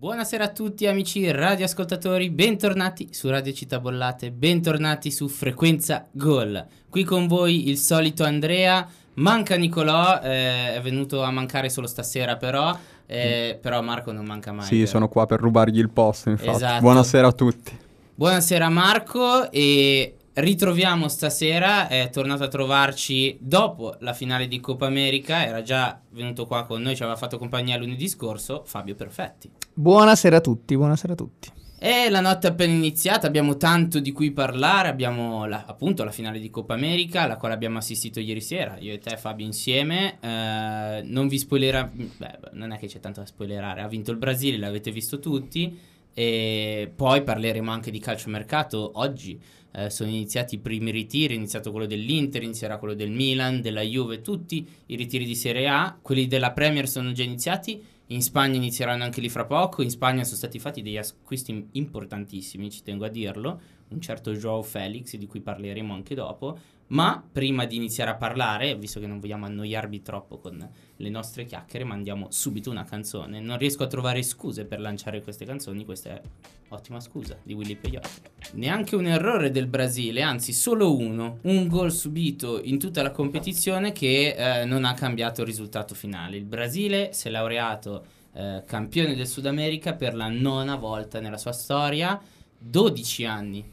Buonasera a tutti amici radioascoltatori, bentornati su Radio Città Bollate, bentornati su Frequenza Gol. Qui con voi il solito Andrea, manca Nicolò, è venuto a mancare solo stasera però Marco non manca mai. Sì, sono qua per rubargli il posto, infatti. Esatto. Buonasera a tutti. Buonasera Marco, e ritroviamo stasera, è tornato a trovarci dopo la finale di Coppa America, era già venuto qua con noi, ci aveva fatto compagnia lunedì scorso, Fabio Perfetti. Buonasera a tutti, buonasera a tutti. E la notte è appena iniziata, abbiamo tanto di cui parlare, abbiamo appunto la finale di Coppa America, alla quale abbiamo assistito ieri sera, io e te Fabio insieme, non vi spoilerà, non è che c'è tanto da spoilerare, ha vinto il Brasile, l'avete visto tutti, e poi parleremo anche di calciomercato. Oggi sono iniziati i primi ritiri, è iniziato quello dell'Inter, inizierà quello del Milan, della Juve, tutti i ritiri di Serie A, quelli della Premier sono già iniziati. In Spagna inizieranno anche lì fra poco. In Spagna sono stati fatti degli acquisti importantissimi, ci tengo a dirlo. Un certo João Félix, di cui parleremo anche dopo. Ma prima di iniziare a parlare, visto che non vogliamo annoiarvi troppo con le nostre chiacchiere, mandiamo subito una canzone. Non riesco a trovare scuse per lanciare queste canzoni, questa è ottima scusa di Willy Peyote. Neanche un errore del Brasile, anzi solo uno. Un gol subito in tutta la competizione che non ha cambiato il risultato finale. Il Brasile si è laureato campione del Sud America per la 9ª volta nella sua storia, 12 anni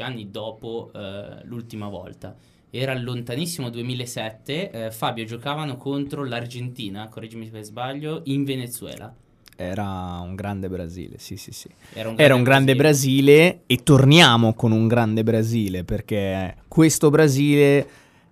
dopo l'ultima volta. Era il lontanissimo 2007, Fabio, giocavano contro l'Argentina, correggimi se sbaglio, in Venezuela. Era un grande Brasile, sì. Era un grande Brasile e torniamo con un grande Brasile, perché questo Brasile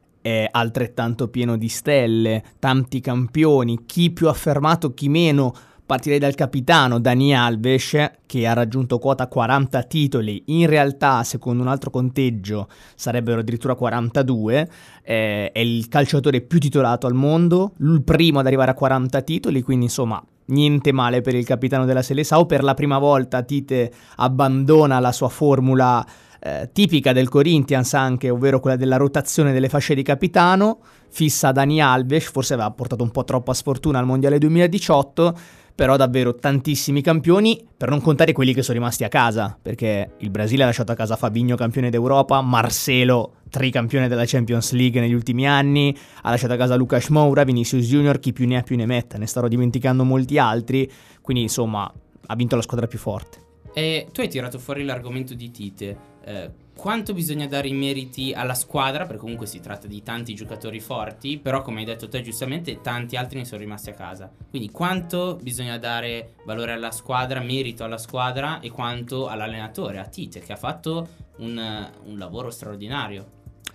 è altrettanto pieno di stelle, tanti campioni, chi più affermato, chi meno. Partirei dal capitano Dani Alves, che ha raggiunto quota 40 titoli, in realtà secondo un altro conteggio sarebbero addirittura 42, è il calciatore più titolato al mondo, il primo ad arrivare a 40 titoli, quindi insomma niente male per il capitano della Seleção. Per la prima volta Tite abbandona la sua formula tipica del Corinthians anche, ovvero quella della rotazione delle fasce di capitano, fissa Dani Alves, forse aveva portato un po' troppa sfortuna al Mondiale 2018, però davvero tantissimi campioni, per non contare quelli che sono rimasti a casa, perché il Brasile ha lasciato a casa Fabinho campione d'Europa, Marcelo tricampione della Champions League negli ultimi anni, ha lasciato a casa Lucas Moura, Vinicius Junior, chi più ne ha più ne metta, ne starò dimenticando molti altri, quindi insomma ha vinto la squadra più forte. E tu hai tirato fuori l'argomento di Tite, quanto bisogna dare i meriti alla squadra, perché comunque si tratta di tanti giocatori forti, però come hai detto te giustamente tanti altri ne sono rimasti a casa, quindi quanto bisogna dare valore alla squadra, merito alla squadra, e quanto all'allenatore, a Tite, che ha fatto un lavoro straordinario?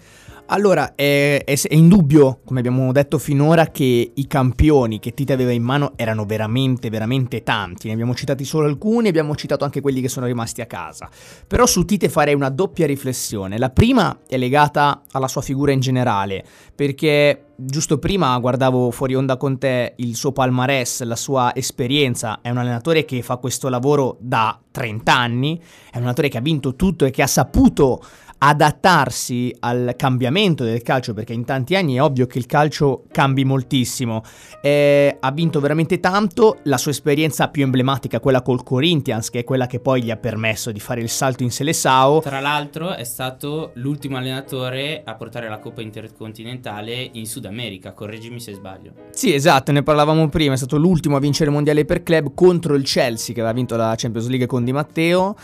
Allora, è indubbio, come abbiamo detto finora, che i campioni che Tite aveva in mano erano veramente, veramente tanti. Ne abbiamo citati solo alcuni, abbiamo citato anche quelli che sono rimasti a casa. Però su Tite farei una doppia riflessione. La prima è legata alla sua figura in generale, perché giusto prima guardavo fuori onda con te il suo palmarès, la sua esperienza. È un allenatore che fa questo lavoro da 30 anni, è un allenatore che ha vinto tutto e che ha saputo adattarsi al cambiamento del calcio, perché in tanti anni è ovvio che il calcio cambi moltissimo. Ha vinto veramente tanto, la sua esperienza più emblematica, quella col Corinthians, che è quella che poi gli ha permesso di fare il salto in Seleção. Tra l'altro è stato l'ultimo allenatore a portare la Coppa Intercontinentale in Sud America, correggimi se sbaglio. Sì, esatto, ne parlavamo prima, è stato l'ultimo a vincere il mondiale per club contro il Chelsea, che aveva vinto la Champions League con Di Matteo.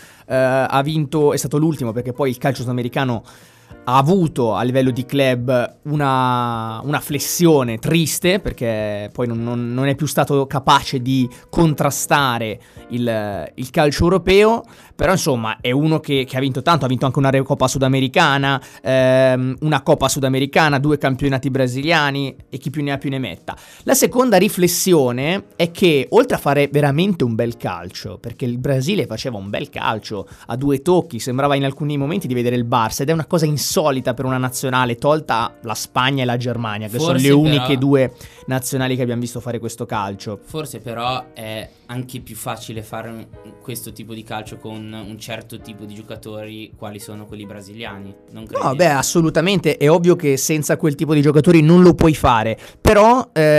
È stato l'ultimo perché poi il calcio sudamericano ha avuto a livello di club una flessione triste, perché poi non è più stato capace di contrastare il calcio europeo. Però insomma è uno che ha vinto tanto, ha vinto anche una Coppa Sudamericana, una Coppa Sudamericana, 2 campionati brasiliani e chi più ne ha più ne metta. La seconda riflessione è che oltre a fare veramente un bel calcio, perché il Brasile faceva un bel calcio a 2 tocchi, sembrava in alcuni momenti di vedere il Barça, ed è una cosa insolita per una nazionale, tolta la Spagna e la Germania, che sono le uniche 2 nazionali che abbiamo visto fare questo calcio. Forse però è anche più facile fare questo tipo di calcio con un certo tipo di giocatori quali sono quelli brasiliani, non credi? No, beh, assolutamente, è ovvio che senza quel tipo di giocatori non lo puoi fare, però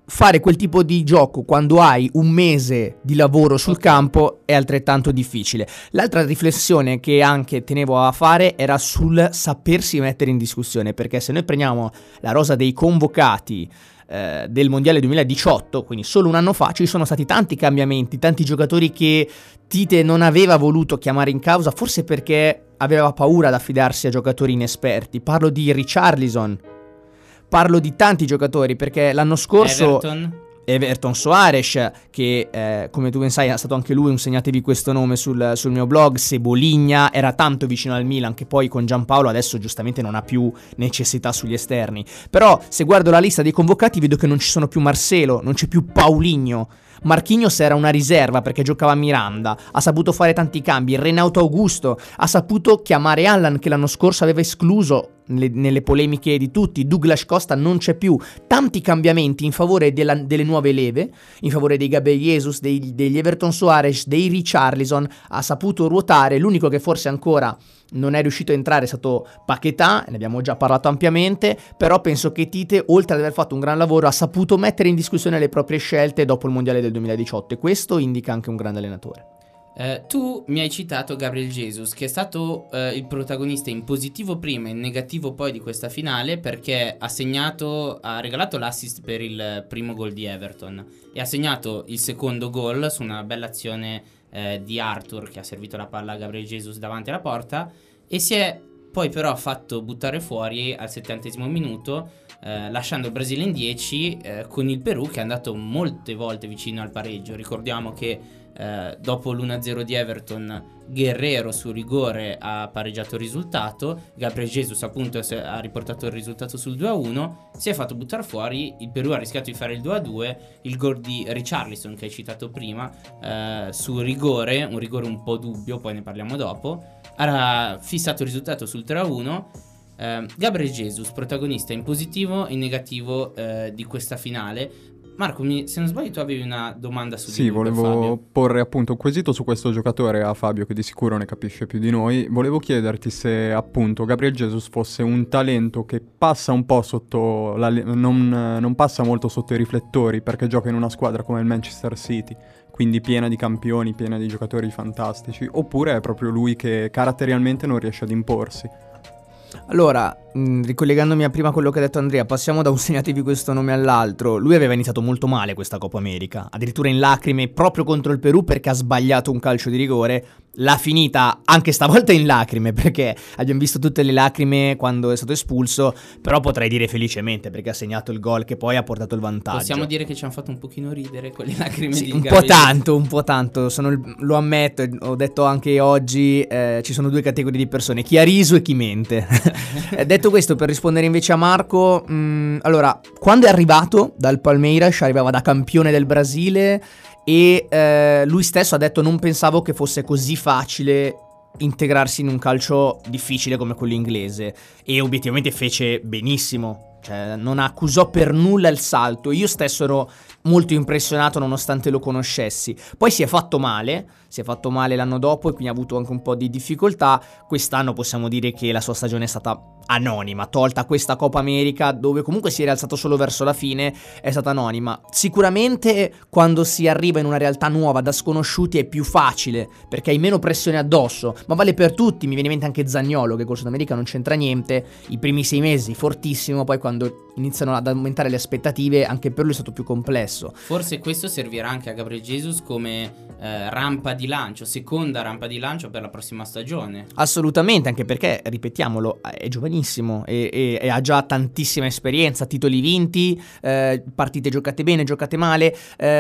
fare quel tipo di gioco quando hai un mese di lavoro sul campo è altrettanto difficile. L'altra riflessione che anche tenevo a fare era sul sapersi mettere in discussione, perché se noi prendiamo la rosa dei convocati del Mondiale 2018, quindi solo un anno fa, ci sono stati tanti cambiamenti, tanti giocatori che Tite non aveva voluto chiamare in causa, forse perché aveva paura ad affidarsi a giocatori inesperti. Parlo di Richarlison, parlo di tanti giocatori, perché l'anno scorso Everton Soares, che come tu ben sai è stato anche lui un, segnatevi questo nome sul mio blog, Cebolinha, era tanto vicino al Milan, che poi con Giampaolo adesso giustamente non ha più necessità sugli esterni. Però se guardo la lista dei convocati vedo che non ci sono più Marcelo, non c'è più Paulinho. Marquinhos era una riserva perché giocava a Miranda, ha saputo fare tanti cambi. Renato Augusto ha saputo chiamare Allan, che l'anno scorso aveva escluso nelle polemiche di tutti. Douglas Costa non c'è più. Tanti cambiamenti in favore delle nuove leve, in favore dei Gabriel Jesus, degli Everton Soares, dei Richarlison. Ha saputo ruotare. L'unico che forse ancora non è riuscito a entrare è stato Paquetá, ne abbiamo già parlato ampiamente, però penso che Tite, oltre ad aver fatto un gran lavoro, ha saputo mettere in discussione le proprie scelte dopo il Mondiale del 2018, e questo indica anche un grande allenatore. Tu mi hai citato Gabriel Jesus, che è stato il protagonista in positivo prima e in negativo poi di questa finale, perché ha regalato l'assist per il primo gol di Everton e ha segnato il secondo gol su una bella azione di Arthur, che ha servito la palla a Gabriel Jesus davanti alla porta, e si è poi però fatto buttare fuori al 70° minuto, lasciando il Brasile in 10 con il Perù che è andato molte volte vicino al pareggio. Ricordiamo che dopo l'1-0 di Everton, Guerrero su rigore ha pareggiato il risultato, Gabriel Jesus appunto ha riportato il risultato sul 2-1, si è fatto buttare fuori, il Perù ha rischiato di fare il 2-2, il gol di Richarlison che hai citato prima su rigore, un rigore un po' dubbio, poi ne parliamo dopo, ha fissato il risultato sul 3-1. Gabriel Jesus protagonista in positivo e in negativo di questa finale. Marco, se non sbaglio tu avevi una domanda su Sì, volevo porre appunto un quesito su questo giocatore a Fabio, che di sicuro ne capisce più di noi. Volevo chiederti se appunto Gabriel Jesus fosse un talento che passa un po' sotto non passa molto sotto i riflettori, perché gioca in una squadra come il Manchester City, quindi piena di campioni, piena di giocatori fantastici, oppure è proprio lui che caratterialmente non riesce ad imporsi. Allora, ricollegandomi a prima quello che ha detto Andrea, passiamo da un segnatevi questo nome all'altro. Lui aveva iniziato molto male questa Coppa America, addirittura in lacrime proprio contro il Perù perché ha sbagliato un calcio di rigore. L'ha finita anche stavolta in lacrime, perché abbiamo visto tutte le lacrime quando è stato espulso, però potrei dire felicemente perché ha segnato il gol che poi ha portato il vantaggio. Possiamo dire che ci hanno fatto un pochino ridere quelle lacrime sì, di un Gabriel. po' tanto, lo ammetto, ho detto anche oggi, ci sono due categorie di persone, chi ha riso e chi mente. Detto questo, per rispondere invece a Marco, allora, quando è arrivato dal Palmeiras, arrivava da campione del Brasile, e lui stesso ha detto: non pensavo che fosse così facile integrarsi in un calcio difficile come quello inglese, e obiettivamente fece benissimo, cioè non accusò per nulla il salto. Io stesso ero molto impressionato nonostante lo conoscessi. Poi si è fatto male l'anno dopo e quindi ha avuto anche un po' di difficoltà. Quest'anno possiamo dire che la sua stagione è stata anonima, tolta questa Coppa America dove comunque si è rialzato solo verso la fine, è stata anonima. Sicuramente quando si arriva in una realtà nuova da sconosciuti è più facile perché hai meno pressione addosso, ma vale per tutti. Mi viene in mente anche Zaniolo, che col Sud America non c'entra niente, i primi 6 mesi fortissimo, poi quando iniziano ad aumentare le aspettative anche per lui è stato più complesso. Forse questo servirà anche a Gabriel Jesus come rampa di lancio, seconda rampa di lancio per la prossima stagione. Assolutamente, anche perché, ripetiamolo, è giovanissimo e ha già tantissima esperienza, titoli vinti, partite giocate bene, giocate male.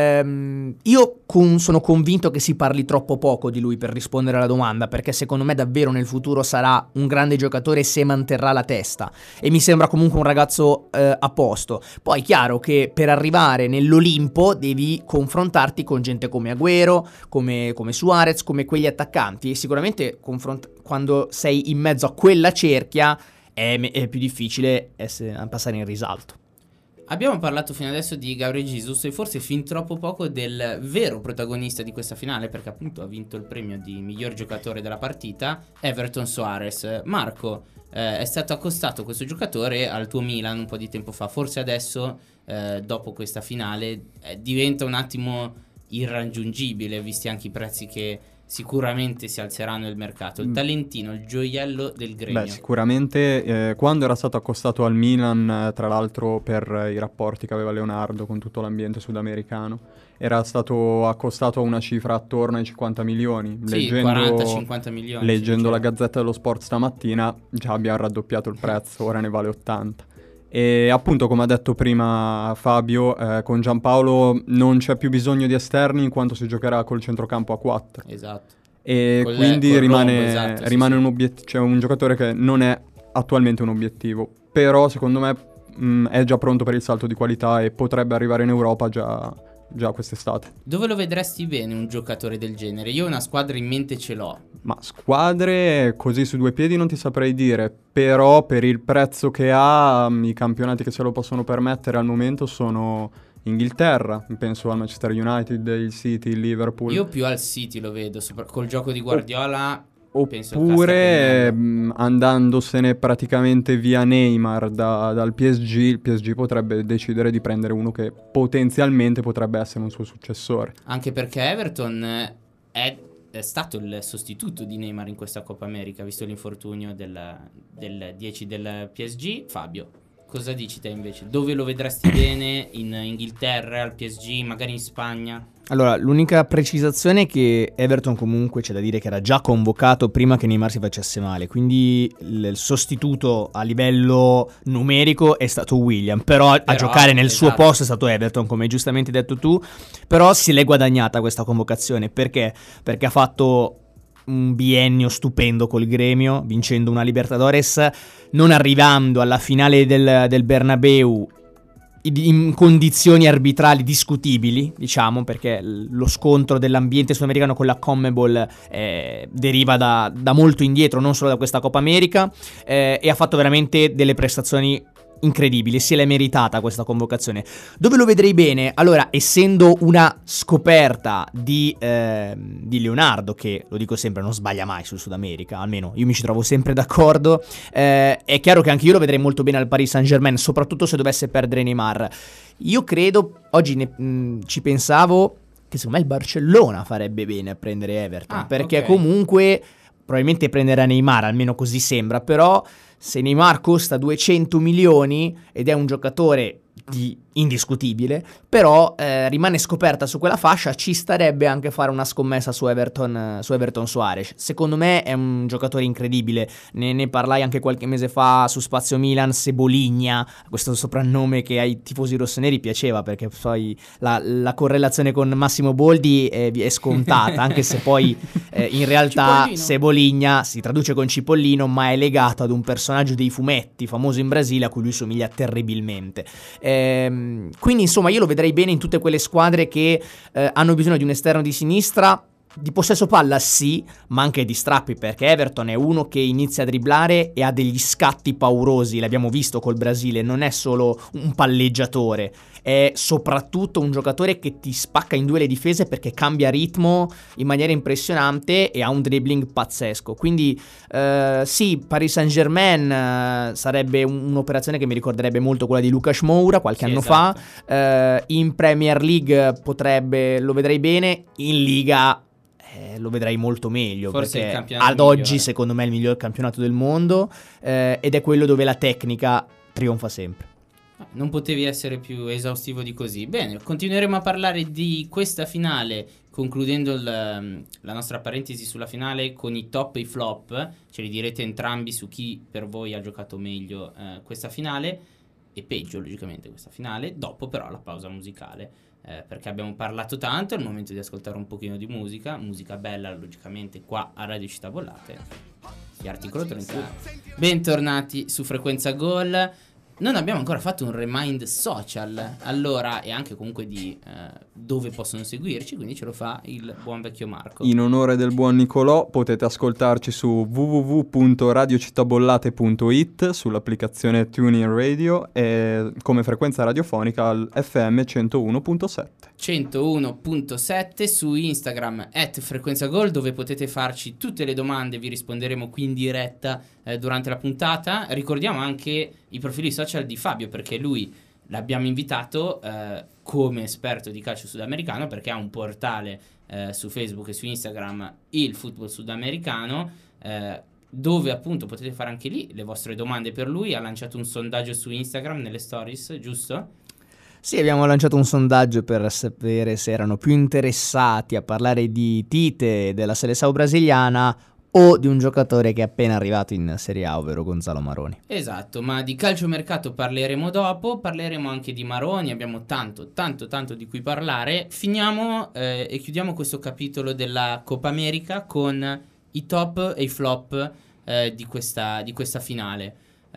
Io sono convinto che si parli troppo poco di lui per rispondere alla domanda, perché secondo me davvero nel futuro sarà un grande giocatore se manterrà la testa, e mi sembra comunque un ragazzo a posto. Poi è chiaro che per arrivare nell'Olimpo devi confrontarti con gente come Agüero, come Suarez, come quegli attaccanti, e sicuramente quando sei in mezzo a quella cerchia è più difficile passare in risalto. Abbiamo parlato fino adesso di Gabriel Jesus e forse fin troppo poco del vero protagonista di questa finale, perché appunto ha vinto il premio di miglior giocatore della partita, Everton Soares. Marco, è stato accostato questo giocatore al tuo Milan un po' di tempo fa, forse adesso dopo questa finale diventa un attimo irraggiungibile, visti anche i prezzi che sicuramente si alzeranno nel mercato. Il talentino, il gioiello del gremio. Beh, sicuramente quando era stato accostato al Milan, tra l'altro per i rapporti che aveva Leonardo con tutto l'ambiente sudamericano, era stato accostato a una cifra attorno ai 50 milioni. Sì, 40-50 milioni. Leggendo la Gazzetta dello Sport stamattina già abbiamo raddoppiato il prezzo, ora ne vale 80. E appunto, come ha detto prima Fabio, con Giampaolo non c'è più bisogno di esterni in quanto si giocherà col centrocampo a 4. Esatto. E quindi rimane sì. cioè un giocatore che non è attualmente un obiettivo, però secondo me è già pronto per il salto di qualità e potrebbe arrivare in Europa già quest'estate. Dove lo vedresti bene un giocatore del genere? Io una squadra in mente ce l'ho. Ma squadre così su due piedi non ti saprei dire, però per il prezzo che ha, i campionati che se lo possono permettere al momento sono Inghilterra, penso al Manchester United, il City, il Liverpool. Io più al City lo vedo, col gioco di Guardiola. Oppure andandosene praticamente via Neymar dal PSG, il PSG potrebbe decidere di prendere uno che potenzialmente potrebbe essere un suo successore. Anche perché Everton è stato il sostituto di Neymar in questa Coppa America, visto l'infortunio del 10 del PSG. Fabio, cosa dici te invece? Dove lo vedresti bene? In Inghilterra, al PSG, magari in Spagna? Allora, l'unica precisazione è che Everton comunque c'è da dire che era già convocato prima che Neymar si facesse male, quindi il sostituto a livello numerico è stato William, però a giocare nel suo posto è stato Everton, come giustamente hai detto tu, però se l'è guadagnata questa convocazione, perché? Perché ha fatto un biennio stupendo col gremio, vincendo una Libertadores, non arrivando alla finale del Bernabeu in condizioni arbitrali discutibili, diciamo, perché lo scontro dell'ambiente sudamericano con la CONMEBOL deriva da molto indietro, non solo da questa Coppa America, e ha fatto veramente delle prestazioni incredibili, se l'è meritata questa convocazione. Dove lo vedrei bene? Allora, essendo una scoperta di Leonardo, che lo dico sempre non sbaglia mai sul Sud America, almeno io mi ci trovo sempre d'accordo, è chiaro che anche io lo vedrei molto bene al Paris Saint-Germain, soprattutto se dovesse perdere Neymar. Io credo, oggi ci pensavo, che secondo me il Barcellona farebbe bene a prendere Everton, perché comunque probabilmente prenderà Neymar, almeno così sembra, però se Neymar costa 200 milioni ed è un giocatore indiscutibile, però rimane scoperta su quella fascia, ci starebbe anche fare una scommessa su Everton Soares. Secondo me è un giocatore incredibile, ne parlai anche qualche mese fa su Spazio Milan. Cebolinha, questo soprannome che ai tifosi rossoneri piaceva, perché poi la correlazione con Massimo Boldi è scontata, anche se poi in realtà Cebolinha si traduce con Cipollino, ma è legato ad un personaggio dei fumetti famoso in Brasile a cui lui somiglia terribilmente. Quindi insomma io lo vedrei bene in tutte quelle squadre che hanno bisogno di un esterno di sinistra. Di possesso palla sì, ma anche di strappi, perché Everton è uno che inizia a dribblare e ha degli scatti paurosi, l'abbiamo visto col Brasile, non è solo un palleggiatore, è soprattutto un giocatore che ti spacca in due le difese perché cambia ritmo in maniera impressionante e ha un dribbling pazzesco. Quindi sì, Paris Saint-Germain sarebbe un'operazione che mi ricorderebbe molto quella di Lucas Moura qualche anno fa. In Premier League lo vedrei bene, in Liga lo vedrei molto meglio, forse perché ad oggi secondo me è il miglior campionato del mondo, ed è quello dove la tecnica trionfa sempre. Non potevi essere più esaustivo di così. Bene, continueremo a parlare di questa finale, concludendo la nostra parentesi sulla finale con i top e i flop. Ce li direte entrambi su chi per voi ha giocato meglio questa finale e peggio logicamente questa finale, dopo però la pausa musicale. Perché abbiamo parlato tanto, è il momento di ascoltare un pochino di musica bella logicamente qua a Radio Città Bollate, di Articolo 31. Bentornati su Frequenza Gol. Non abbiamo ancora fatto un remind social, allora, e anche comunque di dove possono seguirci, quindi ce lo fa il buon vecchio Marco. In onore del buon Nicolò potete ascoltarci su www.radiocittabollate.it, sull'applicazione TuneIn Radio e come frequenza radiofonica al FM 101.7. 101.7 su Instagram @frequenzagold, dove potete farci tutte le domande, vi risponderemo qui in diretta durante la puntata. Ricordiamo anche i profili social di Fabio, perché lui l'abbiamo invitato come esperto di calcio sudamericano, perché ha un portale su Facebook e su Instagram, il Football Sudamericano, dove appunto potete fare anche lì le vostre domande per lui. Ha lanciato un sondaggio su Instagram nelle stories, giusto? Sì, abbiamo lanciato un sondaggio per sapere se erano più interessati a parlare di Tite e della Seleção brasiliana o di un giocatore che è appena arrivato in Serie A, ovvero Gonzalo Maroni. Esatto, ma di calciomercato parleremo dopo, parleremo anche di Maroni, abbiamo tanto di cui parlare. Finiamo e chiudiamo questo capitolo della Coppa America con i top e i flop di questa finale.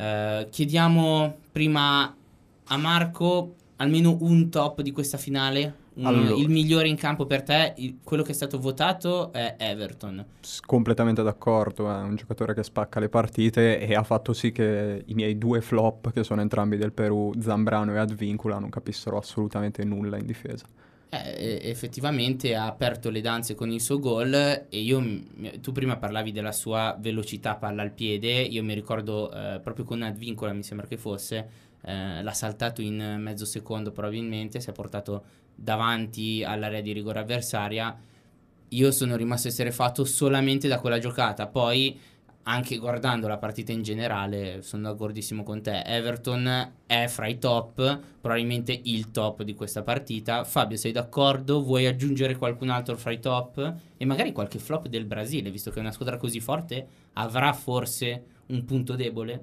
Chiediamo prima a Marco almeno un top di questa finale. Allora, il migliore in campo per te, quello che è stato votato è Everton. Completamente d'accordo, è un giocatore che spacca le partite e ha fatto sì che i miei due flop, che sono entrambi del Perù, Zambrano e Advíncula, non capissero assolutamente nulla in difesa. Effettivamente ha aperto le danze con il suo gol e tu prima parlavi della sua velocità palla al piede, io mi ricordo proprio con Advíncula, mi sembra che fosse, l'ha saltato in mezzo secondo probabilmente, si è portato davanti all'area di rigore avversaria. Io sono rimasto esterrefatto solamente da quella giocata, poi anche guardando la partita in generale sono d'accordissimo con te. Everton è fra i top, probabilmente il top di questa partita. Fabio, sei d'accordo? Vuoi aggiungere qualcun altro fra i top? E magari qualche flop del Brasile, visto che è una squadra così forte, avrà forse un punto debole?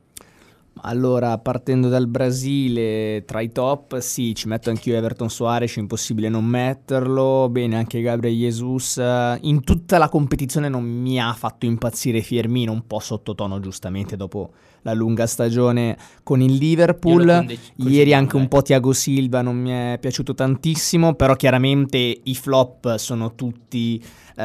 Allora, partendo dal Brasile, tra i top, sì, ci metto anch'io Everton Soares, impossibile non metterlo. Bene, anche Gabriel Jesus. In tutta la competizione non mi ha fatto impazzire Firmino, un po' sottotono giustamente dopo la lunga stagione con il Liverpool. Ieri anche un po' Thiago Silva non mi è piaciuto tantissimo, però chiaramente i flop sono tutti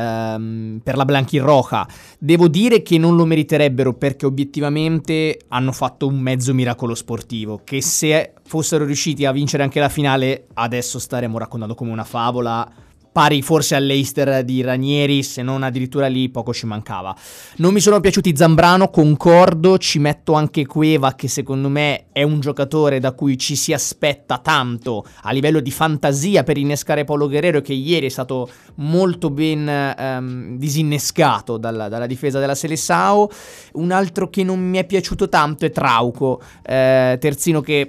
per la Blanquirroja. Devo dire che non lo meriterebbero, perché obiettivamente hanno fatto un mezzo miracolo sportivo, che se fossero riusciti a vincere anche la finale adesso staremmo raccontando come una favola, pari forse all'Eister di Ranieri, se non addirittura lì poco ci mancava. Non mi sono piaciuti Zambrano, concordo, ci metto anche Cueva, che secondo me è un giocatore da cui ci si aspetta tanto a livello di fantasia per innescare Paulo Guerrero, che ieri è stato molto ben disinnescato dalla difesa della Seleção. Un altro che non mi è piaciuto tanto è Trauco, terzino che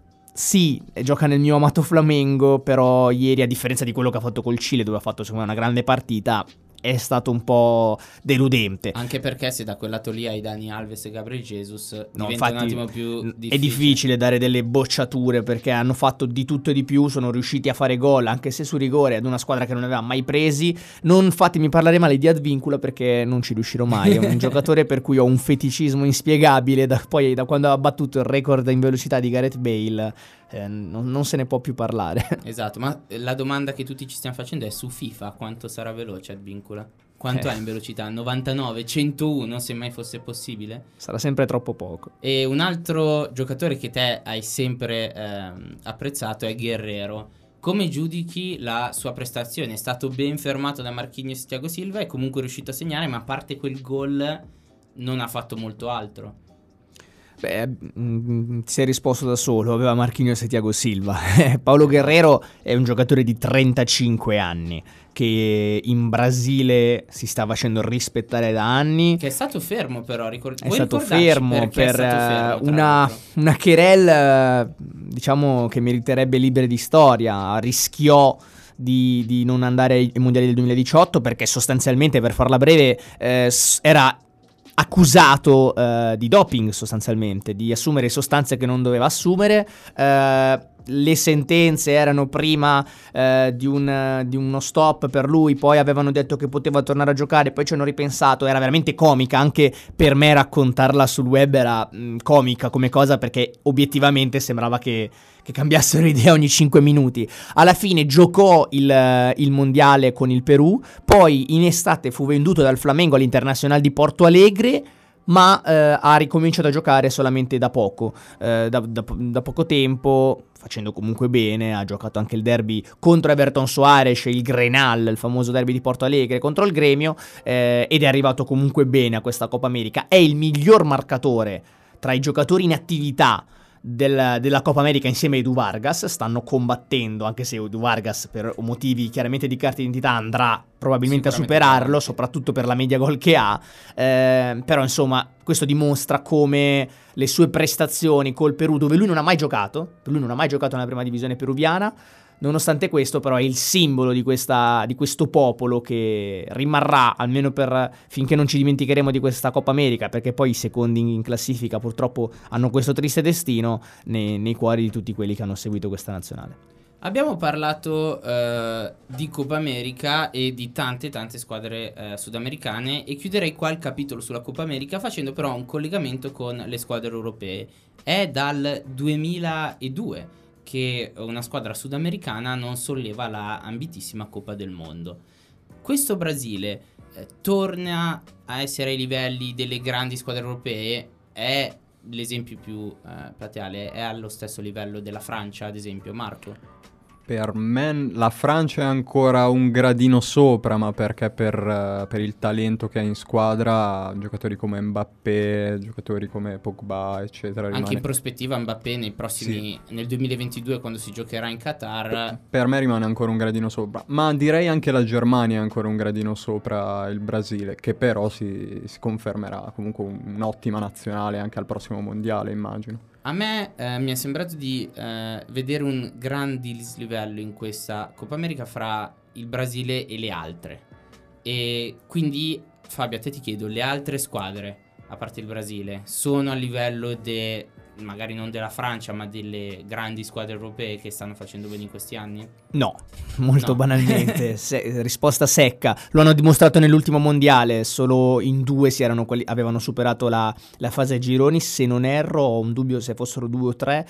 sì, gioca nel mio amato Flamengo, però ieri, a differenza di quello che ha fatto col Cile, dove ha fatto secondo me una grande partita, è stato un po' deludente. Anche perché se da quel lato lì hai Dani Alves e Gabriel Jesus, no, diventa infatti, un attimo più difficile. È difficile dare delle bocciature, perché hanno fatto di tutto e di più, sono riusciti a fare gol, anche se su rigore, ad una squadra che non aveva mai presi. Non fatemi parlare male di Advíncula, perché non ci riuscirò mai. È un giocatore per cui ho un feticismo inspiegabile, poi da quando ha battuto il record in velocità di Gareth Bale, non se ne può più parlare. Esatto, ma la domanda che tutti ci stiamo facendo è su FIFA quanto sarà veloce Advíncula? Quanto è in velocità? 99, 101 se mai fosse possibile? Sarà sempre troppo poco. E un altro giocatore che te hai sempre apprezzato è Guerrero. Come giudichi la sua prestazione? È stato ben fermato da Marquinhos e Thiago Silva, è comunque riuscito a segnare, ma a parte quel gol non ha fatto molto altro. Beh, ti sei risposto da solo, aveva Marquinhos e Thiago Silva. Paulo Guerrero è un giocatore di 35 anni che in Brasile si sta facendo rispettare da anni. Che è stato fermo però, è stato fermo per una querel, diciamo, che meriterebbe libere di storia. Rischiò di non andare ai mondiali del 2018 perché sostanzialmente, per farla breve, era accusato di doping, sostanzialmente, di assumere sostanze che non doveva assumere. le sentenze erano prima di uno stop per lui, poi avevano detto che poteva tornare a giocare, poi ci hanno ripensato. Era veramente comica, anche per me raccontarla sul web era comica come cosa, perché obiettivamente sembrava che cambiassero idea ogni 5 minuti. Alla fine giocò il mondiale con il Perù, poi in estate fu venduto dal Flamengo all'Internacional di Porto Alegre, ma ha ricominciato a giocare solamente da poco, da poco tempo, facendo comunque bene. Ha giocato anche il derby contro Everton Soares, il Grenal, il famoso derby di Porto Alegre contro il Gremio, ed è arrivato comunque bene a questa Coppa America. È il miglior marcatore tra i giocatori in attività della Coppa America insieme a Edu Vargas. Stanno combattendo, anche se Edu Vargas per motivi chiaramente di carta d'identità andrà probabilmente a superarlo, soprattutto per la media gol che ha, però insomma questo dimostra come le sue prestazioni col Perù, dove lui non ha mai giocato nella prima divisione peruviana, nonostante questo però è il simbolo di questo popolo che rimarrà almeno finché non ci dimenticheremo di questa Coppa America, perché poi i secondi in classifica purtroppo hanno questo triste destino nei cuori di tutti quelli che hanno seguito questa nazionale. Abbiamo parlato di Coppa America e di tante squadre sudamericane, e chiuderei qua il capitolo sulla Coppa America facendo però un collegamento con le squadre europee. È dal 2002 che una squadra sudamericana non solleva la ambitissima Coppa del Mondo. Questo Brasile torna a essere ai livelli delle grandi squadre europee? È l'esempio più plateale? È allo stesso livello della Francia, ad esempio, Marco? Per me la Francia è ancora un gradino sopra, ma perché per il talento che ha in squadra, giocatori come Mbappé, giocatori come Pogba, eccetera. Anche in prospettiva Mbappé nei prossimi, nel 2022, quando si giocherà in Qatar. Per me rimane ancora un gradino sopra, ma direi anche la Germania è ancora un gradino sopra il Brasile, che però si confermerà comunque un'ottima nazionale anche al prossimo mondiale, immagino. A me mi è sembrato di vedere un gran dislivello in questa Coppa America fra il Brasile e le altre. E quindi, Fabio, a te ti chiedo, le altre squadre, a parte il Brasile, sono a livello magari non della Francia, ma delle grandi squadre europee che stanno facendo bene in questi anni? No, molto No. banalmente, risposta secca. Lo hanno dimostrato nell'ultimo mondiale, solo in 2 avevano superato la fase ai gironi, se non erro, ho un dubbio se fossero 2 o 3,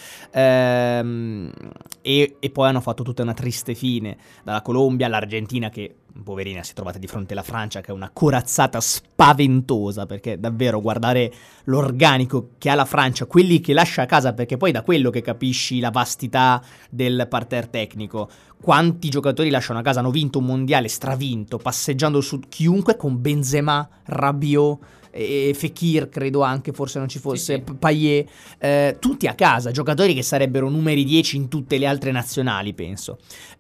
e poi hanno fatto tutta una triste fine, dalla Colombia all'Argentina, che poverina si è trovata di fronte alla Francia, che è una corazzata spaventosa, perché davvero guardare l'organico che ha la Francia, quelli che lascia a casa, perché poi da quello che capisci la vastità del parterre tecnico, quanti giocatori lasciano a casa, hanno vinto un mondiale stravinto, passeggiando su chiunque, con Benzema, Rabiot e Fekir, credo anche, forse non ci fosse, sì. Payet, tutti a casa, giocatori che sarebbero numeri 10 in tutte le altre nazionali, penso.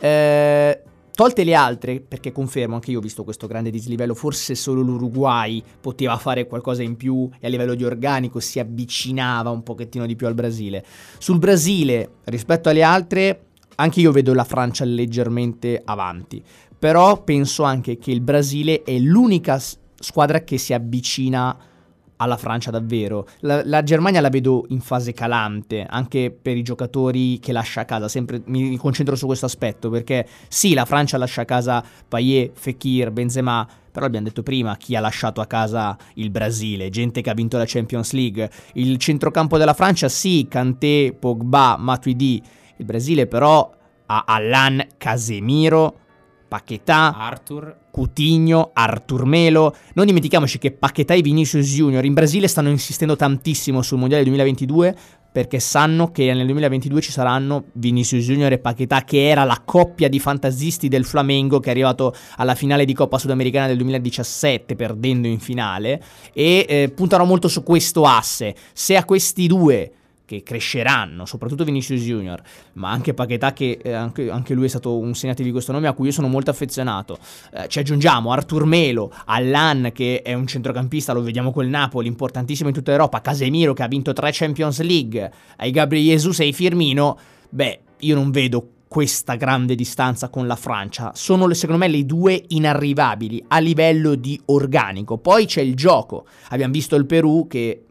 Tolte le altre, perché confermo, anche io ho visto questo grande dislivello, forse solo l'Uruguay poteva fare qualcosa in più e a livello di organico si avvicinava un pochettino di più al Brasile. Sul Brasile, rispetto alle altre, anche io vedo la Francia leggermente avanti, però penso anche che il Brasile è l'unica squadra che si avvicina alla Francia davvero. La Germania la vedo in fase calante, anche per i giocatori che lascia a casa. Sempre mi concentro su questo aspetto, perché sì, la Francia lascia a casa Payet, Fekir, Benzema, però abbiamo detto prima chi ha lasciato a casa il Brasile, gente che ha vinto la Champions League. Il centrocampo della Francia sì, Kanté, Pogba, Matuidi. Il Brasile però ha Alan, Casemiro, Paquetá, Arthur, Coutinho, Arthur Melo. Non dimentichiamoci che Paquetá e Vinicius Junior in Brasile stanno insistendo tantissimo sul Mondiale 2022, perché sanno che nel 2022 ci saranno Vinicius Junior e Paquetá, che era la coppia di fantasisti del Flamengo, che è arrivato alla finale di Coppa Sudamericana del 2017 perdendo in finale, e puntano molto su questo asse. Se a questi due, che cresceranno, soprattutto Vinicius Junior, ma anche Paquetá, che anche lui è stato un segnatore di questo nome a cui io sono molto affezionato, ci aggiungiamo Arthur Melo, Allan, che è un centrocampista, lo vediamo col Napoli, importantissimo in tutta Europa, Casemiro, che ha vinto 3 Champions League, ai Gabriel Jesus e ai Firmino, io non vedo questa grande distanza con la Francia. Sono secondo me le due inarrivabili a livello di organico. Poi c'è il gioco. Abbiamo visto il Perù che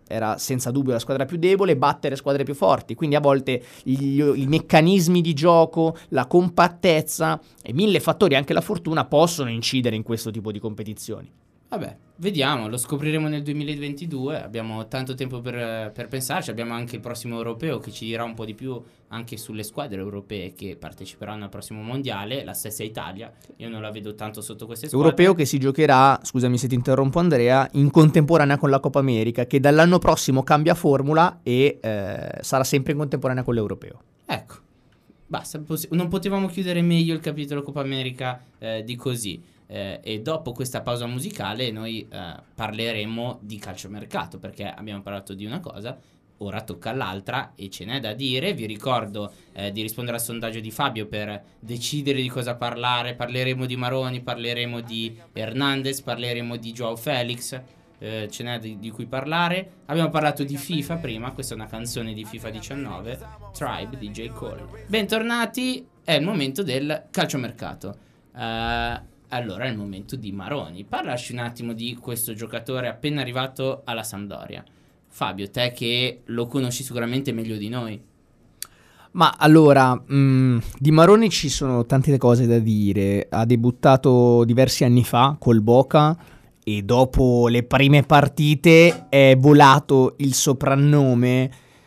era senza dubbio la squadra più debole, battere squadre più forti, quindi a volte i meccanismi di gioco, la compattezza e 1000 fattori, anche la fortuna, possono incidere in questo tipo di competizioni. Vabbè, vediamo, lo scopriremo nel 2022, abbiamo tanto tempo per pensarci, abbiamo anche il prossimo europeo che ci dirà un po' di più anche sulle squadre europee che parteciperanno al prossimo mondiale, la stessa Italia, io non la vedo tanto sotto queste squadre. Europeo che si giocherà, scusami se ti interrompo Andrea, in contemporanea con la Coppa America, che dall'anno prossimo cambia formula e sarà sempre in contemporanea con l'Europeo. Ecco, basta, non potevamo chiudere meglio il capitolo Coppa America di così. E dopo questa pausa musicale noi parleremo di calciomercato, perché abbiamo parlato di una cosa, ora tocca all'altra e ce n'è da dire. Vi ricordo di rispondere al sondaggio di Fabio per decidere di cosa parlare. Parleremo di Maroni, parleremo di Hernandez, parleremo di Joao Felix, ce n'è di cui parlare. Abbiamo parlato di FIFA prima, questa è una canzone di FIFA 19, Tribe di J. Cole. Bentornati, è il momento del calciomercato. Allora è il momento di Maroni. Parlaci un attimo di questo giocatore appena arrivato alla Sampdoria. Fabio, te che lo conosci sicuramente meglio di noi. Ma allora, di Maroni ci sono tante cose da dire. Ha debuttato diversi anni fa col Boca e dopo le prime partite è volato il soprannome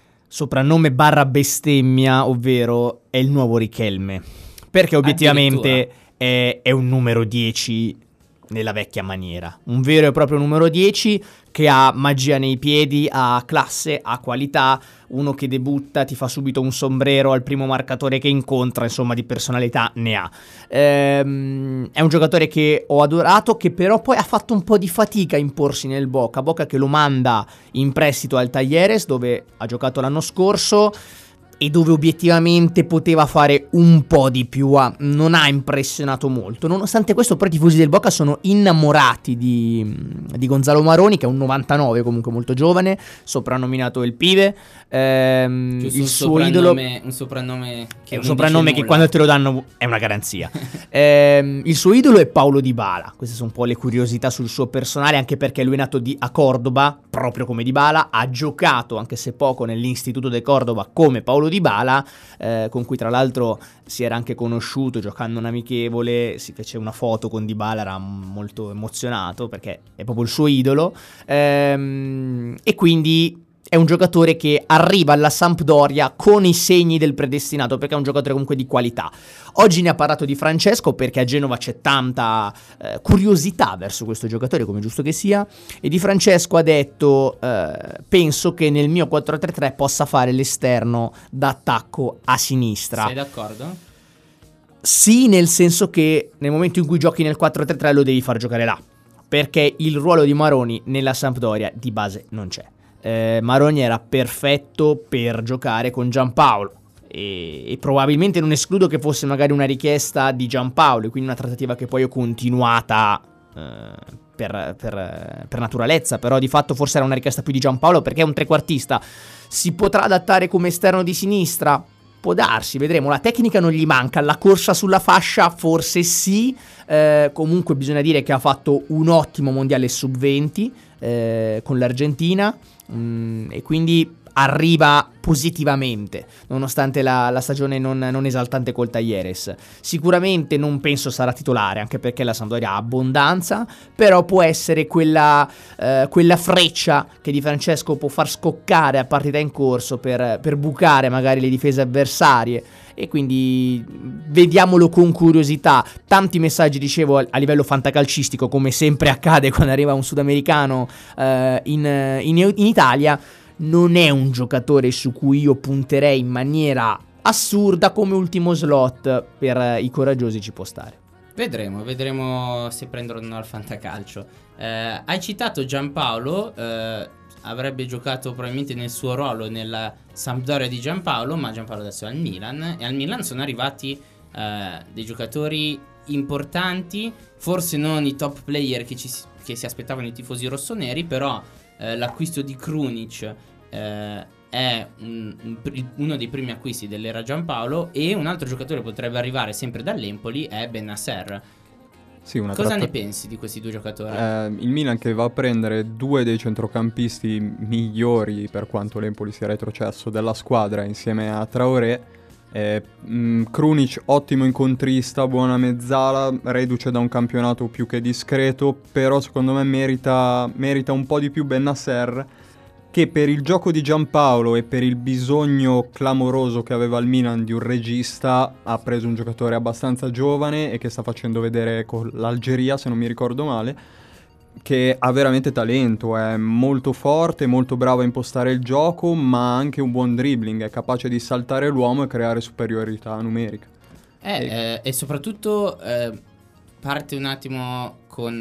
barra bestemmia, ovvero è il nuovo Richelme. Perché obiettivamente è un numero 10 nella vecchia maniera, un vero e proprio numero 10 che ha magia nei piedi, ha classe, ha qualità, uno che debutta, ti fa subito un sombrero al primo marcatore che incontra, insomma di personalità ne ha. È un giocatore che ho adorato, che però poi ha fatto un po' di fatica a imporsi nel Boca che lo manda in prestito al Talleres, dove ha giocato l'anno scorso e dove obiettivamente poteva fare un po' di più, non ha impressionato molto. Nonostante questo, però i tifosi del Boca sono innamorati di Gonzalo Maroni, che è un 99, comunque molto giovane, soprannominato il Pibe. Il suo idolo, un soprannome che quando te lo danno è una garanzia. Il suo idolo è Paulo Dybala. Queste sono un po' le curiosità sul suo personale, anche perché lui è nato a Cordoba, proprio come Dybala, ha giocato, anche se poco, nell'Istituto de Cordoba come Paulo Dybala, con cui tra l'altro si era anche conosciuto giocando un amichevole, si fece una foto con Dybala, era molto emozionato perché è proprio il suo idolo, e quindi è un giocatore che arriva alla Sampdoria con i segni del predestinato, perché è un giocatore comunque di qualità. Oggi ne ha parlato Di Francesco perché a Genova c'è tanta curiosità verso questo giocatore, come giusto che sia, e Di Francesco ha detto penso che nel mio 4-3-3 possa fare l'esterno d'attacco a sinistra. Sei d'accordo? Sì, nel senso che nel momento in cui giochi nel 4-3-3 lo devi far giocare là, perché il ruolo di Maroni nella Sampdoria di base non c'è. Maroni era perfetto per giocare con Giampaolo e probabilmente non escludo che fosse magari una richiesta di Giampaolo, quindi una trattativa che poi ho continuata per naturalezza, però di fatto forse era una richiesta più di Giampaolo perché è un trequartista. Si potrà adattare come esterno di sinistra? Può darsi, vedremo. La tecnica non gli manca, la corsa sulla fascia forse sì. Comunque bisogna dire che ha fatto un ottimo mondiale sub-20 con l'Argentina, e quindi arriva positivamente nonostante la stagione non esaltante col Talleres. Sicuramente non penso sarà titolare, anche perché la Sampdoria ha abbondanza, però può essere quella freccia che Di Francesco può far scoccare a partita in corso per bucare magari le difese avversarie, e quindi vediamolo con curiosità. Tanti messaggi, dicevo, a livello fantacalcistico, come sempre accade quando arriva un sudamericano in Italia. Non è un giocatore su cui io punterei in maniera assurda, come ultimo slot per i coraggiosi ci può stare. Vedremo se prendono al fantacalcio. Hai citato Giampaolo, avrebbe giocato probabilmente nel suo ruolo nella Sampdoria di Giampaolo, ma Giampaolo adesso è al Milan, e al Milan sono arrivati dei giocatori importanti, forse non i top player che si aspettavano i tifosi rossoneri, però l'acquisto di Krunic è uno dei primi acquisti dell'era Giampaolo, e un altro giocatore potrebbe arrivare sempre dall'Empoli è Bennacer. Sì, Cosa ne pensi di questi due giocatori? Il Milan che va a prendere due dei centrocampisti migliori, per quanto l'Empoli sia retrocesso, della squadra insieme a Traoré. Krunic ottimo incontrista, buona mezzala, reduce da un campionato più che discreto, però secondo me merita un po' di più Bennacer, che per il gioco di Giampaolo e per il bisogno clamoroso che aveva il Milan di un regista ha preso un giocatore abbastanza giovane e che sta facendo vedere con l'Algeria, se non mi ricordo male, che ha veramente talento, è molto forte, molto bravo a impostare il gioco, ma ha anche un buon dribbling, è capace di saltare l'uomo e creare superiorità numerica. E soprattutto parte un attimo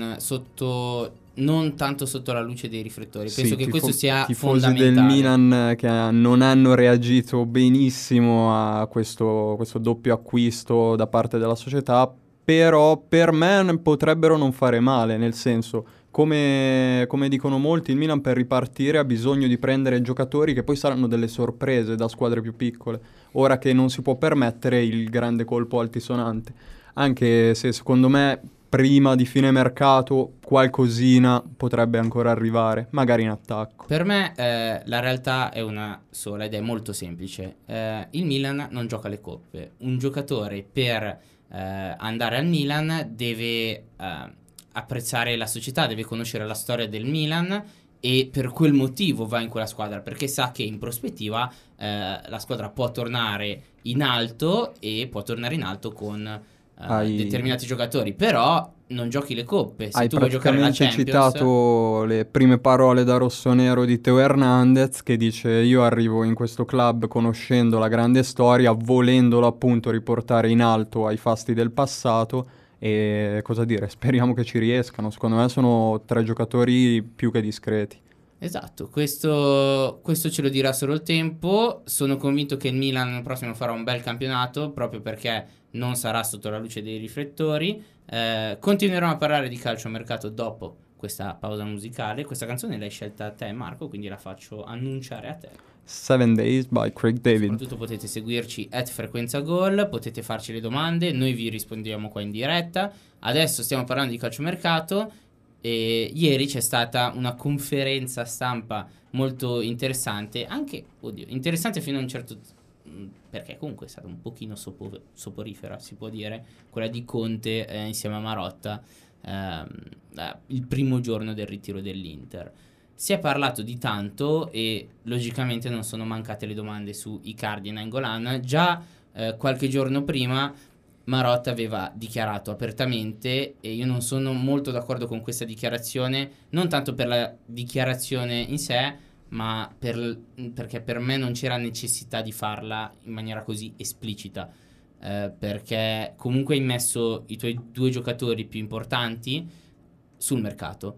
non tanto sotto la luce dei riflettori. Penso che questo sia fondamentale. Tifosi del Milan che non hanno reagito benissimo a questo doppio acquisto da parte della società, però per me potrebbero non fare male, nel senso, come dicono molti, il Milan per ripartire ha bisogno di prendere giocatori che poi saranno delle sorprese da squadre più piccole, ora che non si può permettere il grande colpo altisonante, anche se secondo me prima di fine mercato qualcosina potrebbe ancora arrivare, magari in attacco. Per me la realtà è una sola ed è molto semplice. Il Milan non gioca le coppe. Un giocatore per andare al Milan deve apprezzare la società, deve conoscere la storia del Milan e per quel motivo va in quella squadra, perché sa che in prospettiva la squadra può tornare in alto e può tornare in alto con determinati giocatori, però non giochi le coppe. Se Hai tu vuoi giocare la praticamente Champions, citato le prime parole da rossonero di Teo Hernandez, che dice: io arrivo in questo club conoscendo la grande storia, volendolo appunto riportare in alto ai fasti del passato, e cosa dire, speriamo che ci riescano. Secondo me sono tre giocatori più che discreti. esatto, questo ce lo dirà solo il tempo. Sono convinto che il Milan l'anno prossimo farà un bel campionato, proprio perché non sarà sotto la luce dei riflettori. Continueremo a parlare di calciomercato dopo questa pausa musicale. Questa canzone l'hai scelta te, Marco, quindi la faccio annunciare a te. 7 Days by Craig David. Soprattutto potete seguirci @frequenzagol, potete farci le domande, noi vi rispondiamo qua in diretta. Adesso stiamo parlando di calciomercato e ieri c'è stata una conferenza stampa molto interessante, anche, interessante fino a un certo perché comunque è stata un pochino soporifera, si può dire, quella di Conte insieme a Marotta il primo giorno del ritiro dell'Inter. Si è parlato di tanto e logicamente non sono mancate le domande su Icardi e Nainggolan. Già qualche giorno prima Marotta aveva dichiarato apertamente, e io non sono molto d'accordo con questa dichiarazione, non tanto per la dichiarazione in sé, ma perché per me non c'era necessità di farla in maniera così esplicita, perché comunque hai messo i tuoi due giocatori più importanti sul mercato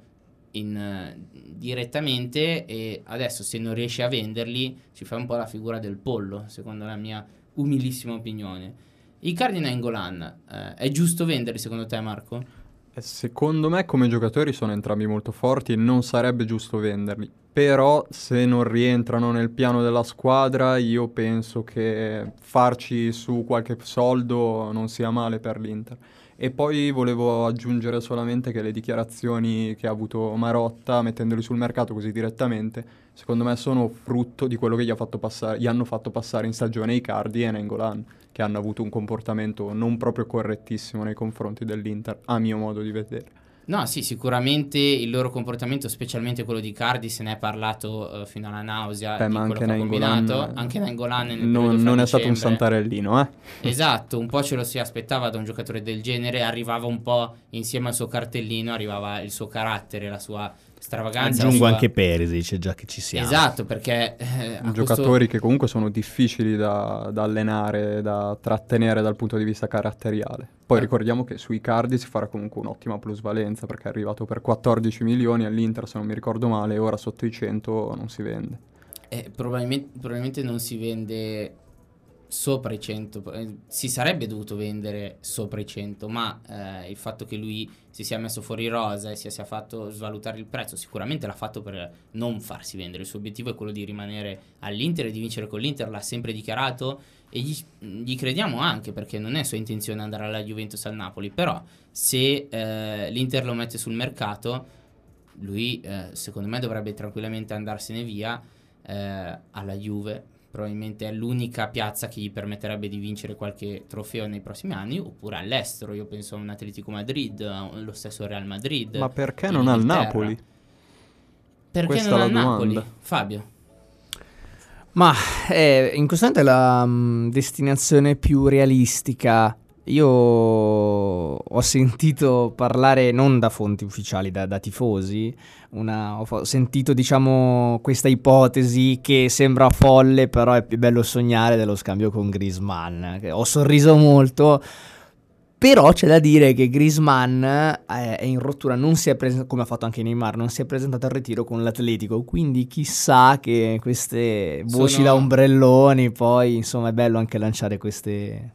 direttamente, e adesso se non riesci a venderli ci fai un po' la figura del pollo, secondo la mia umilissima opinione. Icardi e Nainggolan, è giusto venderli secondo te, Marco? Secondo me come giocatori sono entrambi molto forti e non sarebbe giusto venderli, però se non rientrano nel piano della squadra io penso che farci su qualche soldo non sia male per l'Inter. E poi volevo aggiungere solamente che le dichiarazioni che ha avuto Marotta mettendoli sul mercato così direttamente, secondo me sono frutto di quello che gli hanno fatto passare in stagione Icardi e Nainggolan, che hanno avuto un comportamento non proprio correttissimo nei confronti dell'Inter, a mio modo di vedere. No, sì, sicuramente il loro comportamento, specialmente quello di Icardi, se ne è parlato fino alla nausea di ma quello anche che ha combinato. Nainggolan Anche Nainggolan non è stato un santarellino, eh? Esatto, un po' ce lo si aspettava da un giocatore del genere, arrivava un po' insieme al suo cartellino, arrivava il suo carattere, la sua stravaganza. Aggiungo anche Perisic, già che ci siamo. Esatto, perché giocatori che comunque sono difficili da allenare, da trattenere dal punto di vista caratteriale. Poi ricordiamo che su Icardi si farà comunque un'ottima plusvalenza, perché è arrivato per 14 milioni all'Inter, se non mi ricordo male, e ora sotto i 100 non si vende. Probabilmente non si vende sopra i 100, si sarebbe dovuto vendere sopra i 100, ma il fatto che lui si sia messo fuori rosa e si sia fatto svalutare il prezzo sicuramente l'ha fatto per non farsi vendere. Il suo obiettivo è quello di rimanere all'Inter e di vincere con l'Inter, l'ha sempre dichiarato e gli crediamo anche, perché non è sua intenzione andare alla Juventus, al Napoli, però se l'Inter lo mette sul mercato, lui secondo me dovrebbe tranquillamente andarsene via alla Juve. Probabilmente è l'unica piazza che gli permetterebbe di vincere qualche trofeo nei prossimi anni, oppure all'estero. Io penso a un Atletico Madrid, lo stesso Real Madrid. Ma perché in non al Inghilterra. Napoli? Perché Questa non è la al Napoli? domanda. Fabio? Ma in questo momento è la destinazione più realistica. Io ho sentito parlare non da fonti ufficiali, da tifosi, ho sentito diciamo questa ipotesi che sembra folle, però è più bello sognare dello scambio con Griezmann. Ho sorriso molto, però c'è da dire che Griezmann è in rottura, non si è presentato, come ha fatto anche Neymar, non si è presentato al ritiro con l'Atletico, quindi chissà che queste voci da ombrelloni, poi insomma è bello anche lanciare questi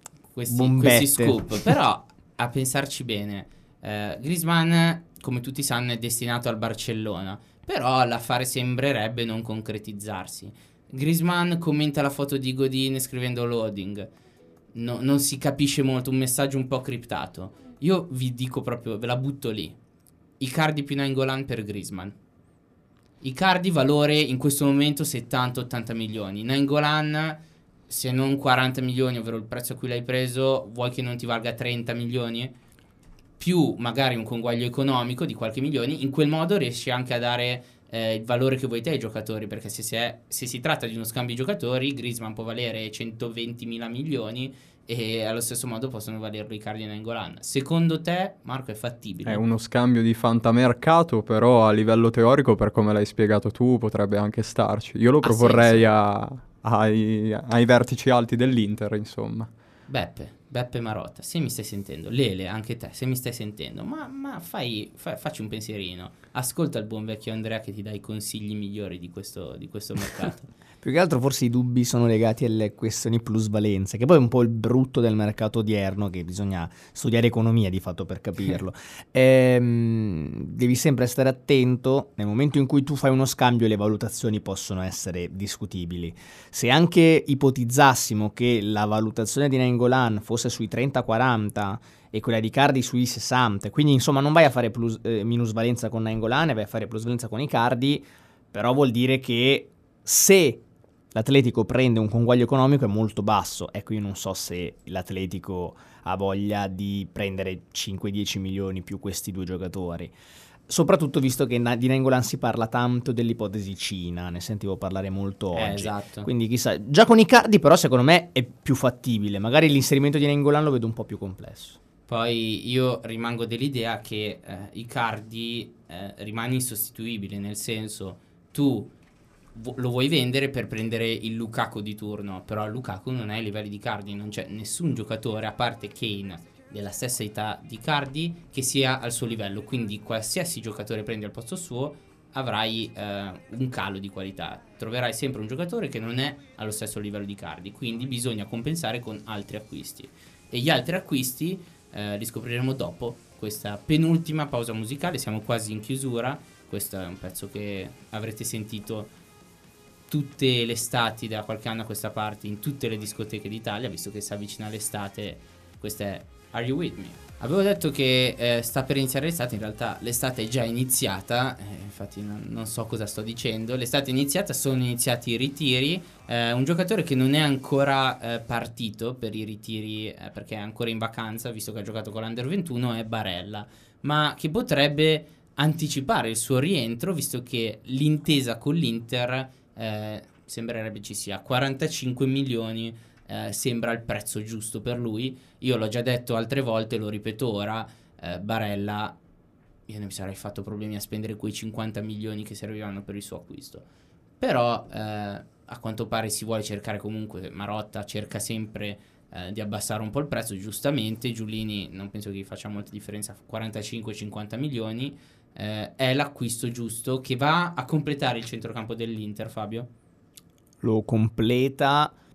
scoop. Però a pensarci bene, Griezmann, come tutti sanno, è destinato al Barcellona, però l'affare sembrerebbe non concretizzarsi. Griezmann commenta la foto di Godin scrivendo loading. Non si capisce molto, un messaggio un po' criptato. Io vi dico proprio, ve la butto lì: Icardi più Nainggolan per Griezmann. Icardi valore in questo momento 70-80 milioni. Nainggolan, se non 40 milioni, ovvero il prezzo a cui l'hai preso, vuoi che non ti valga 30 milioni? Più magari un conguaglio economico di qualche milione. In quel modo riesci anche a dare il valore che vuoi te ai giocatori, perché se si tratta di uno scambio di giocatori, Griezmann può valere 120 mila milioni e allo stesso modo possono valerlo Icardi e Nainggolan. Secondo te, Marco, è fattibile? È uno scambio di fantamercato, però a livello teorico, per come l'hai spiegato tu, potrebbe anche starci. Io lo proporrei ai vertici alti dell'Inter, insomma. Beppe Marotta, se mi stai sentendo, Lele, anche te, se mi stai sentendo, ma facci un pensierino, ascolta il buon vecchio Andrea che ti dà i consigli migliori di questo mercato. Più che altro forse i dubbi sono legati alle questioni plusvalenze, che poi è un po' il brutto del mercato odierno, che bisogna studiare economia di fatto per capirlo. Devi sempre stare attento, nel momento in cui tu fai uno scambio le valutazioni possono essere discutibili. Se anche ipotizzassimo che la valutazione di Nainggolan fosse sui 30-40 e quella di Icardi sui 60, quindi insomma non vai a fare minusvalenza con Nainggolan e vai a fare plusvalenza con Icardi, però vuol dire che se l'Atletico prende un conguaglio economico è molto basso. Ecco, io non so se l'Atletico ha voglia di prendere 5-10 milioni più questi due giocatori, soprattutto visto che di Nainggolan si parla tanto dell'ipotesi Cina, ne sentivo parlare molto oggi. Esatto. Quindi chissà, già con Icardi però secondo me è più fattibile, magari l'inserimento di Nainggolan lo vedo un po' più complesso. Poi io rimango dell'idea che Icardi rimane insostituibile, nel senso, tu lo vuoi vendere per prendere il Lukaku di turno, però Lukaku non è ai livelli di Icardi, non c'è nessun giocatore a parte Kane della stessa età di Icardi che sia al suo livello, quindi qualsiasi giocatore prendi al posto suo avrai un calo di qualità, troverai sempre un giocatore che non è allo stesso livello di Icardi, quindi bisogna compensare con altri acquisti, e gli altri acquisti li scopriremo dopo questa penultima pausa musicale. Siamo quasi in chiusura, questo è un pezzo che avrete sentito tutte le estati da qualche anno a questa parte in tutte le discoteche d'Italia, visto che si avvicina l'estate. Questa è Are You With Me? Avevo detto che sta per iniziare l'estate, in realtà l'estate è già iniziata, infatti non so cosa sto dicendo. L'estate è iniziata, sono iniziati i ritiri. Un giocatore che non è ancora partito per i ritiri perché è ancora in vacanza, visto che ha giocato con l'Under 21, è Barella, ma che potrebbe anticipare il suo rientro, visto che l'intesa con l'Inter sembrerebbe ci sia 45 milioni. Sembra il prezzo giusto per lui. Io l'ho già detto altre volte, lo ripeto ora, Barella, io non mi sarei fatto problemi a spendere quei 50 milioni che servivano per il suo acquisto, però a quanto pare si vuole cercare comunque, Marotta cerca sempre di abbassare un po' il prezzo, giustamente. Giulini non penso che gli faccia molta differenza, 45-50 milioni è l'acquisto giusto che va a completare il centrocampo dell'Inter. Fabio? Lo completa.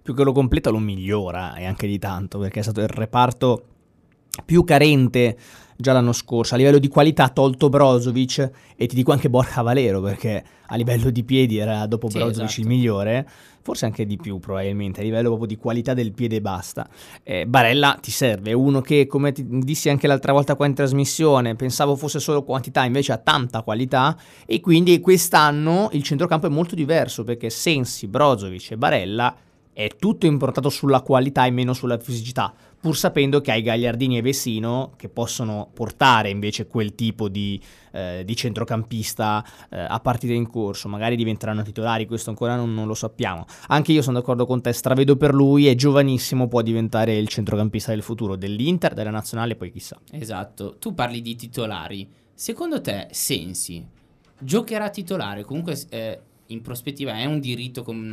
più che lo completa lo migliora, e anche di tanto, perché è stato il reparto più carente già l'anno scorso. A livello di qualità tolto Brozovic, e ti dico anche Borja Valero, perché a livello di piedi era dopo Sì, Brozovic esatto. il migliore, forse anche di più probabilmente, a livello proprio di qualità del piede basta. Barella ti serve, è uno che, come ti dissi anche l'altra volta qua in trasmissione, pensavo fosse solo quantità, invece ha tanta qualità, e quindi quest'anno il centrocampo è molto diverso, perché Sensi, Brozovic e Barella è tutto improntato sulla qualità e meno sulla fisicità, pur sapendo che hai Gagliardini e Vecino che possono portare invece quel tipo di centrocampista a partita in corso. Magari diventeranno titolari, questo ancora non lo sappiamo. Anche io sono d'accordo con te, stravedo per lui, è giovanissimo, può diventare il centrocampista del futuro dell'Inter, della nazionale, poi chissà. Esatto, tu parli di titolari. Secondo te Sensi giocherà titolare? Comunque in prospettiva è un diritto con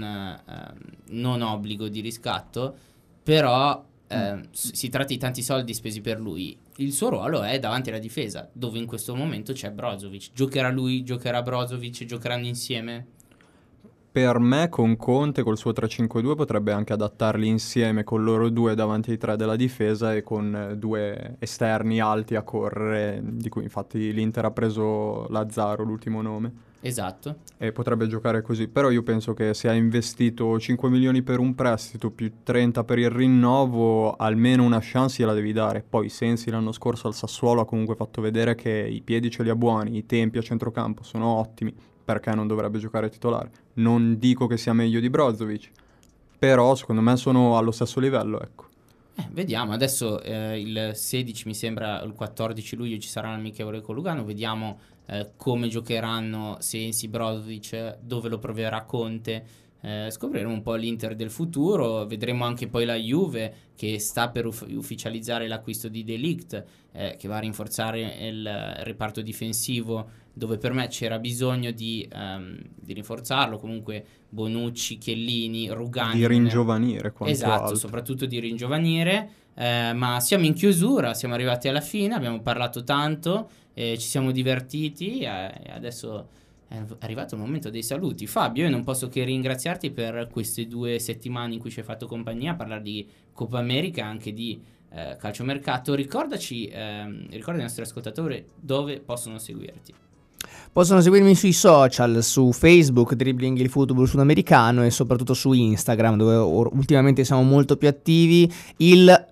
non obbligo di riscatto, però si tratta di tanti soldi spesi per lui. Il suo ruolo è davanti alla difesa, dove in questo momento c'è Brozovic. Giocherà lui, giocherà Brozovic, giocheranno insieme? Per me con Conte col suo 3-5-2 potrebbe anche adattarli insieme con loro due davanti ai tre della difesa e con due esterni alti a correre, di cui infatti l'Inter ha preso Lazzaro, l'ultimo nome. Esatto. E potrebbe giocare così, però io penso che se hai investito 5 milioni per un prestito più 30 per il rinnovo, almeno una chance gliela devi dare. Poi Sensi l'anno scorso al Sassuolo ha comunque fatto vedere che i piedi ce li ha buoni, i tempi a centrocampo sono ottimi, perché non dovrebbe giocare titolare? Non dico che sia meglio di Brozovic, però secondo me sono allo stesso livello, ecco. Vediamo, adesso il 16 mi sembra, il 14 luglio ci sarà l'amichevole con Lugano, vediamo come giocheranno Sensi, Brozovic, dove lo proverà Conte, scopriremo un po' l'Inter del futuro, vedremo anche poi la Juve che sta per ufficializzare l'acquisto di De Ligt, che va a rinforzare il reparto difensivo, dove per me c'era bisogno di rinforzarlo, comunque Bonucci, Chiellini, Rugani. Di ringiovanire quanto Esatto, altro. soprattutto di ringiovanire, ma siamo in chiusura, siamo arrivati alla fine, abbiamo parlato tanto, ci siamo divertiti e adesso è arrivato il momento dei saluti. Fabio, io non posso che ringraziarti per queste 2 settimane in cui ci hai fatto compagnia a parlare di Coppa America, anche di calciomercato. Ricorda ai nostri ascoltatori dove possono seguirti. Possono seguirmi sui social, su Facebook, Dribbling il Football Sudamericano, e soprattutto su Instagram, dove ultimamente siamo molto più attivi, il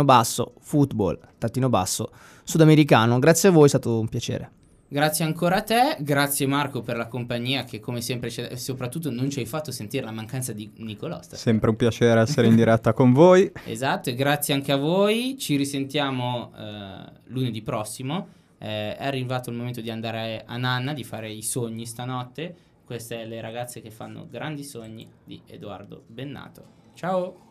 _football _sudamericano. Grazie a voi, è stato un piacere. Grazie ancora a te, grazie Marco per la compagnia che come sempre soprattutto non ci hai fatto sentire la mancanza di Nicolò. Sempre un piacere essere in diretta con voi. Esatto, e grazie anche a voi, ci risentiamo lunedì prossimo. È arrivato il momento di andare a Nanna, di fare i sogni stanotte. Queste le ragazze che fanno grandi sogni di Edoardo Bennato. Ciao!